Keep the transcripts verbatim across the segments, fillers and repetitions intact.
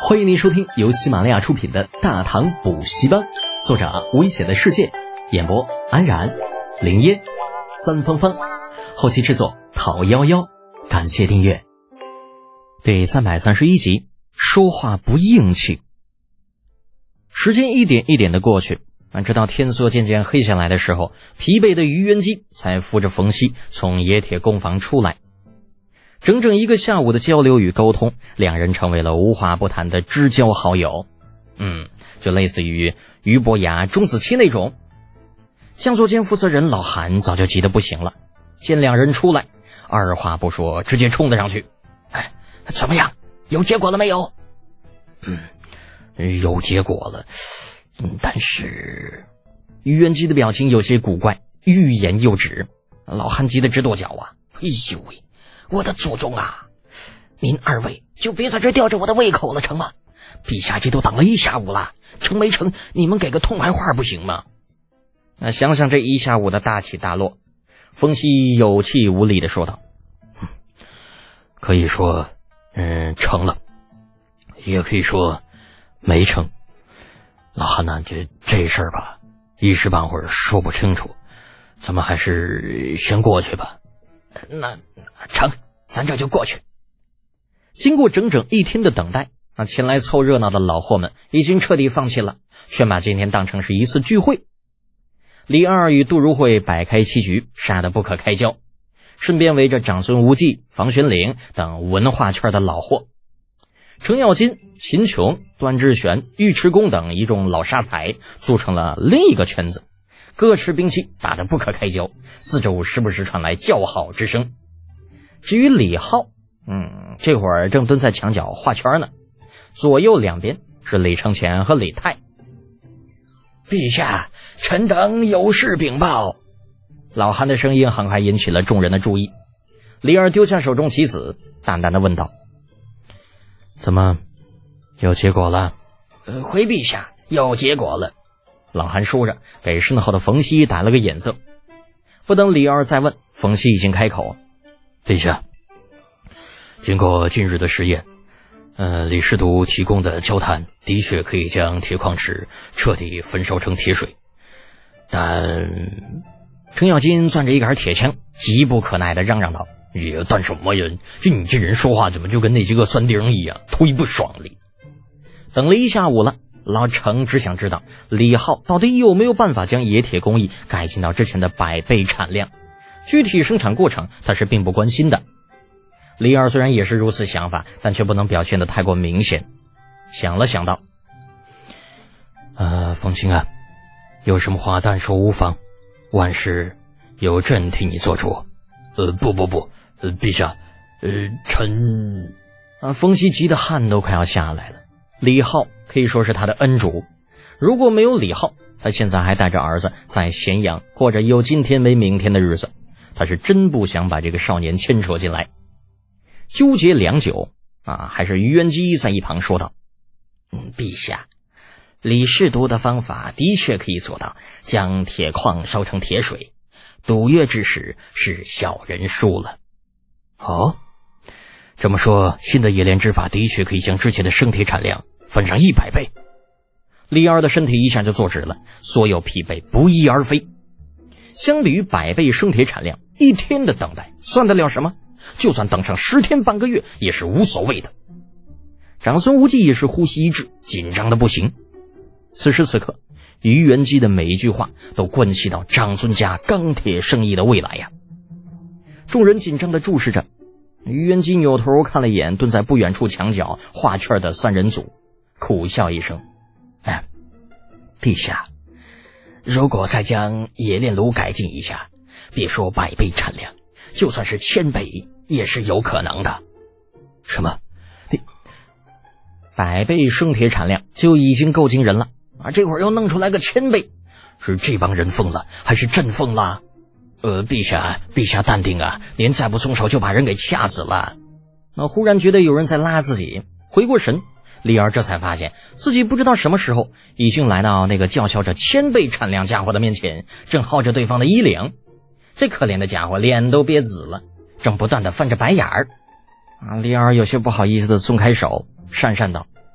欢迎您收听由喜马拉雅出品的《大唐补习班》，作者危险的世界，演播安然、林烟、三芳芳，后期制作陶幺幺。感谢订阅。第三百三十一集，说话不硬气。时间一点一点的过去，直到天色渐渐黑下来的时候，疲惫的于元基才扶着冯熙从冶铁工房出来。整整一个下午的交流与沟通，两人成为了无话不谈的知交好友。嗯，就类似于俞伯牙、钟子期那种。项作监负责人老韩早就急得不行了，见两人出来，二话不说直接冲了上去。 哎，怎么样？有结果了没有？ 嗯，有结果了。嗯，但是于元基的表情有些古怪，欲言又止。老韩急得直跺脚啊！ 哎呦喂，我的祖宗啊！您二位就别在这吊着我的胃口了，成吗？陛下这都等了一下午了，成没成？你们给个痛快话不行吗？ 那想想这一下午的大起大落，冯熙有气无力地说道：“ 可以说，嗯，成了，也可以说没成。老韩呐，这这事儿吧，一时半会儿说不清楚，咱们还是先过去吧。” 那成，咱这就过去。 经过整整一天的等待，那前来凑热闹的老货们已经彻底放弃了，全把今天当成是一次聚会。李二与杜如晦摆开棋局，杀得不可开交，身边围着长孙无忌、房玄龄等文化圈的老货。程咬金、秦琼、段志玄、尉迟恭等一众老杀财组成了另一个圈子，各持兵器，打得不可开交，四周时不时传来叫好之声。至于李浩，嗯，这会儿正蹲在墙角画圈呢，左右两边是李承乾和李泰。 陛下，臣等有事禀报。 老韩的声音很快引起了众人的注意。李二丢下手中棋子，淡淡的问道：“ 怎么，有结果了？” 呃，回陛下，有结果了。 老韩说着，给身后的冯熙打了个眼色。不等李二再问，冯熙已经开口：“ 陛下，经过近日的实验，呃，李师徒提供的焦炭的确可以将铁矿石彻底焚烧成铁水，但……” 程咬金攥着一杆铁枪，急不可耐地嚷嚷道：“ 也但什么呀？就你这人说话怎么就跟那些个酸丁一样，忒不爽利。” 等了一下午了，老程只想知道李浩到底有没有办法将冶铁工艺改进到之前的百倍产量，具体生产过程他是并不关心的。李二虽然也是如此想法，但却不能表现得太过明显。想了想道：“ 呃，冯清啊，有什么话但说无妨，万事由朕替你做主。”呃，不不不，呃，陛下，呃，臣…… 啊，冯熙急得汗都快要下来了。李浩可以说是他的恩主，如果没有李浩，他现在还带着儿子在咸阳过着有今天没明天的日子，他是真不想把这个少年牵扯进来。纠结良久啊，还是于元基在一旁说道：“ 嗯，陛下，李师徒的方法的确可以做到将铁矿烧成铁水，赌约之时是小人输了。” 哦，这么说，新的冶炼之法的确可以将之前的生铁产量翻上一百倍。 李二的身体一下就坐直了，所有疲惫不翼而飞。相比于百倍生铁产量，一天的等待算得了什么？就算等上十天半个月也是无所谓的。长孙无忌也是呼吸一滞，紧张的不行。此时此刻，于元基的每一句话都关系到长孙家钢铁生意的未来呀。众人紧张地注视着。于元基扭头看了一眼蹲在不远处墙角画圈的三人组，苦笑一声：“ 哎，陛下，如果再将冶炼炉改进一下，别说百倍产量，就算是千倍也是有可能的。”“ 什么？你百倍生铁产量就已经够惊人了啊！这会儿又弄出来个千倍， 是这帮人疯了，还是朕疯了？”“ 呃，陛下，陛下淡定啊，您再不松手就把人给掐死了。” 那忽然觉得有人在拉自己，回过神，李二这才发现自己不知道什么时候已经来到那个叫嚣着千倍产量家伙的面前，正薅着对方的衣领。这可怜的家伙脸都憋紫了，正不断地翻着白眼儿。啊，李二有些不好意思地松开手，讪讪道：“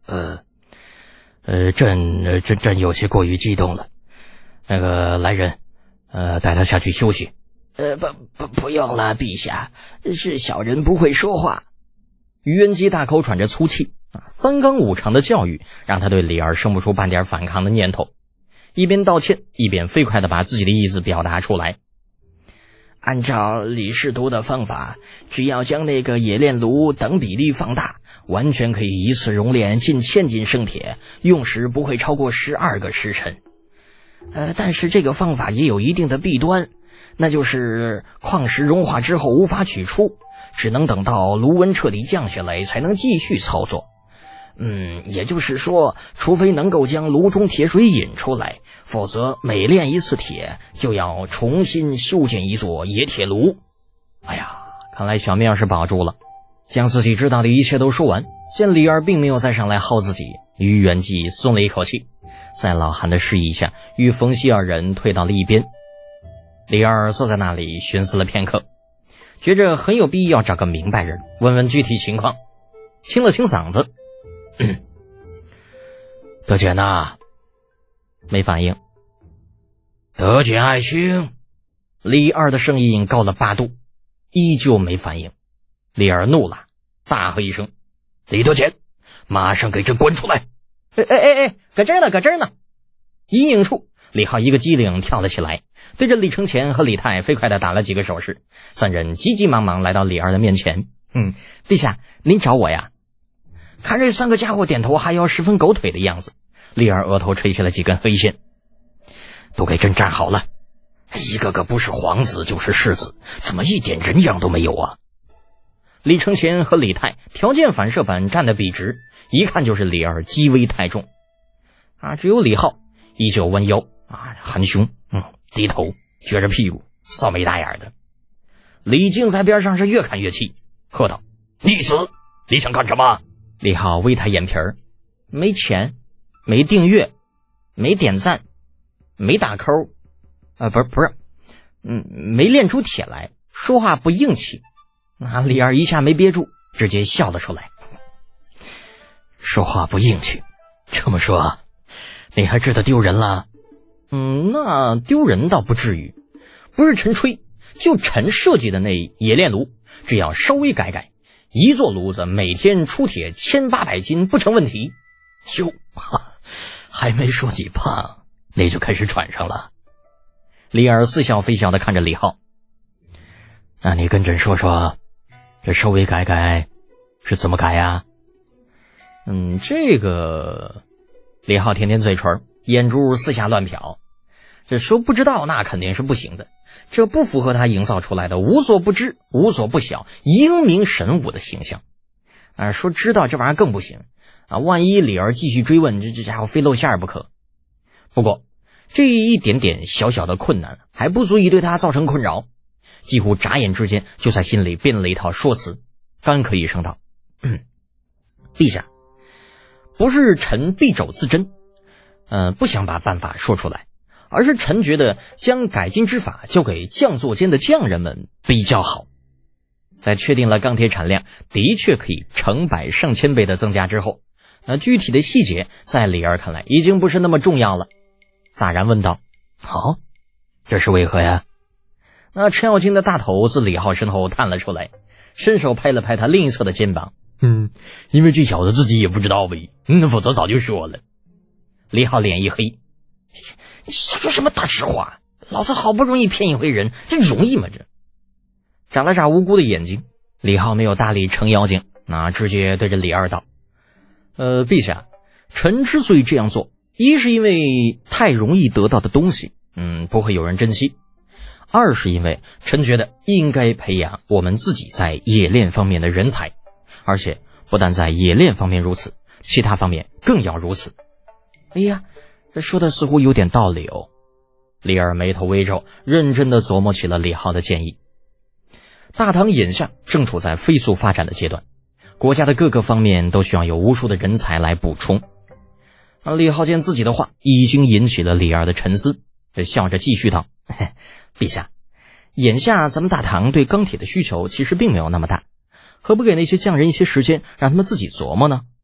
呃，呃，朕朕朕有些过于激动了。那个来人，呃，带他下去休息。呃，不不不用了，陛下，是小人不会说话。 于元吉大口喘着粗气啊，三纲五常的教育让他对李二生不出半点反抗的念头，一边道歉一边飞快地把自己的意思表达出来。 按照李侍读的方法，只要将那个冶炼炉等比例放大，完全可以一次熔炼近千斤生铁，用时不会超过十二个时辰。呃，但是这个方法也有一定的弊端，那就是矿石融化之后无法取出，只能等到炉温彻底降下来才能继续操作。嗯，也就是说，除非能够将炉中铁水引出来，否则每炼一次铁就要重新修建一座冶铁炉。 哎呀，看来小命是保住了。将自己知道的一切都说完，见李二并没有再上来耗自己，于元吉松了一口气，在老韩的示意下，与冯熙二人退到了一边。李二坐在那里寻思了片刻，觉着很有必要找个明白人问问具体情况，清了清嗓子， 嗯，德简呐， 没反应。 德简爱卿， 李二的声音高了八度，依旧没反应。李二怒了，大喝一声：“ 李德简，马上给朕滚出来！” 哎哎哎哎，搁这儿呢，搁这儿呢！阴影处，李浩一个机灵跳了起来，对着李承乾和李泰飞快地打了几个手势。三人急急忙忙来到李二的面前。嗯，陛下，您找我呀？ 看这三个家伙点头哈腰，十分狗腿的样子。 李二额头垂下了几根黑线。 都给朕站好了，一个个不是皇子就是世子，怎么一点人样都没有啊？ 李承乾和李泰条件反射般站得笔直，一看就是李二积威太重啊。只有李浩依旧弯腰啊，含胸，嗯，低头，撅着屁股，扫眉大眼的。李靖在边上是越看越气，喝道：“ 逆子，你想干什么？” 李浩微抬眼皮儿，没钱，没订阅，没点赞，没打扣，啊，不是不是，嗯，没练出铁来，说话不硬气。啊，李二一下没憋住，直接笑了出来。 说话不硬气，这么说，你还知道丢人了？ 嗯，那丢人倒不至于，不是陈吹，就陈设计的那冶炼炉，只要稍微改改，一座炉子每天出铁千八百斤不成问题。 哟，还没说几胖，你就开始喘上了。 李二似笑非笑地看着李浩， 那你跟朕说说，这稍微改改是怎么改呀？ 嗯，这个李浩舔舔嘴唇，眼珠四下乱瞟。这说不知道那肯定是不行的，这不符合他营造出来的无所不知、无所不晓、英明神武的形象。啊，说知道这玩意儿更不行啊！万一李儿继续追问，这这家伙非露馅儿不可。不过这一点点小小的困难还不足以对他造成困扰，几乎眨眼之间就在心里编了一套说辞，干咳一声道：“嗯，陛下，不是臣敝帚自珍，呃，不想把办法说出来，而是臣觉得将改进之法交给匠作间的匠人们比较好。在确定了钢铁产量的确可以成百上千倍的增加之后，那具体的细节在李二看来已经不是那么重要了。”洒然问道：“ 哦，这是为何呀？” 那程咬金的大头自李浩身后探了出来，伸手拍了拍他另一侧的肩膀。 嗯，因为这小子自己也不知道呗，嗯，否则早就说了。 李浩脸一黑：“ 你瞎说什么大实话？ 老子好不容易骗一回人，这容易吗？这？”眨了眨无辜的眼睛，李浩没有搭理程咬金，那直接对着李二道：“呃，陛下，臣之所以这样做，一是因为太容易得到的东西，嗯，不会有人珍惜；二是因为臣觉得应该培养我们自己在冶炼方面的人才，而且不但在冶炼方面如此，其他方面更要如此。”哎呀，这说的似乎有点道理哦。李二眉头微皱，认真地琢磨起了李浩的建议。大唐眼下正处在飞速发展的阶段，国家的各个方面都需要有无数的人才来补充。李浩见自己的话已经引起了李二的沉思，笑着继续道：“陛下，眼下咱们大唐对钢铁的需求其实并没有那么大，何不给那些匠人一些时间，让他们自己琢磨呢？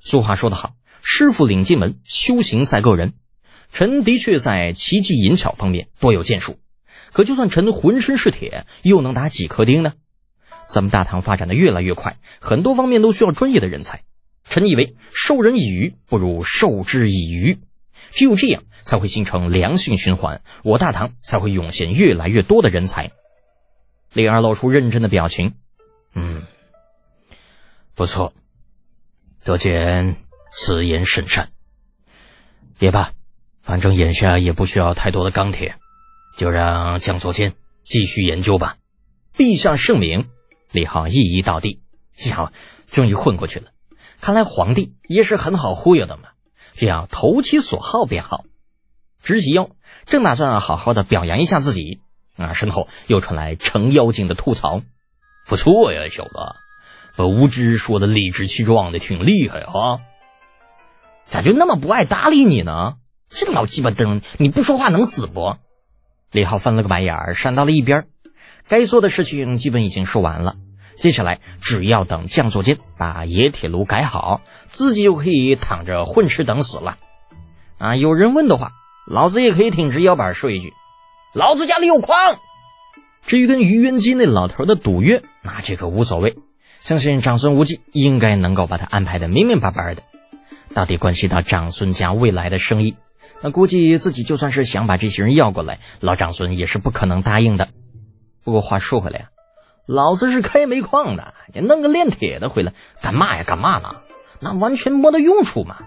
俗话说得好，师傅领进门，修行在个人。臣的确在奇技淫巧方面多有建树，可就算臣浑身是铁，又能打几颗钉呢？咱们大唐发展的越来越快，很多方面都需要专业的人才。臣以为授人以鱼，不如授之以渔，只有这样才会形成良性循环，我大唐才会涌现越来越多的人才。李二露出认真的表情，嗯，不错，得见此言甚善。也罢，反正眼下也不需要太多的钢铁，就让将佐监继续研究吧。陛下圣明。李浩一一倒地，呀，终于混过去了。看来皇帝也是很好忽悠的嘛，只要投其所好便好。直起腰，正打算好好的表扬一下自己，啊，身后又传来程妖精的吐槽：“不错呀，小子，把无知说的理直气壮的，挺厉害啊！咋就那么不爱搭理你呢？这老鸡巴灯，你不说话能死不？”李浩翻了个白眼儿，闪到了一边。该做的事情基本已经说完了，接下来只要等将佐监把冶铁炉改好，自己就可以躺着混吃等死了。啊，有人问的话，老子也可以挺直腰板说一句：“老子家里有矿。”至于跟于元基那老头的赌约，那这个无所谓，相信长孙无忌应该能够把他安排的明明白白的。到底关系到长孙家未来的生意，那估计自己就算是想把这些人要过来，老长孙也是不可能答应的。不过话说回来呀，老子是开煤矿的，你弄个炼铁的回来干嘛呀干嘛呢？那完全没得用处嘛。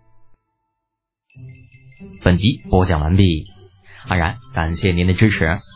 本集播讲完毕，安然感谢您的支持。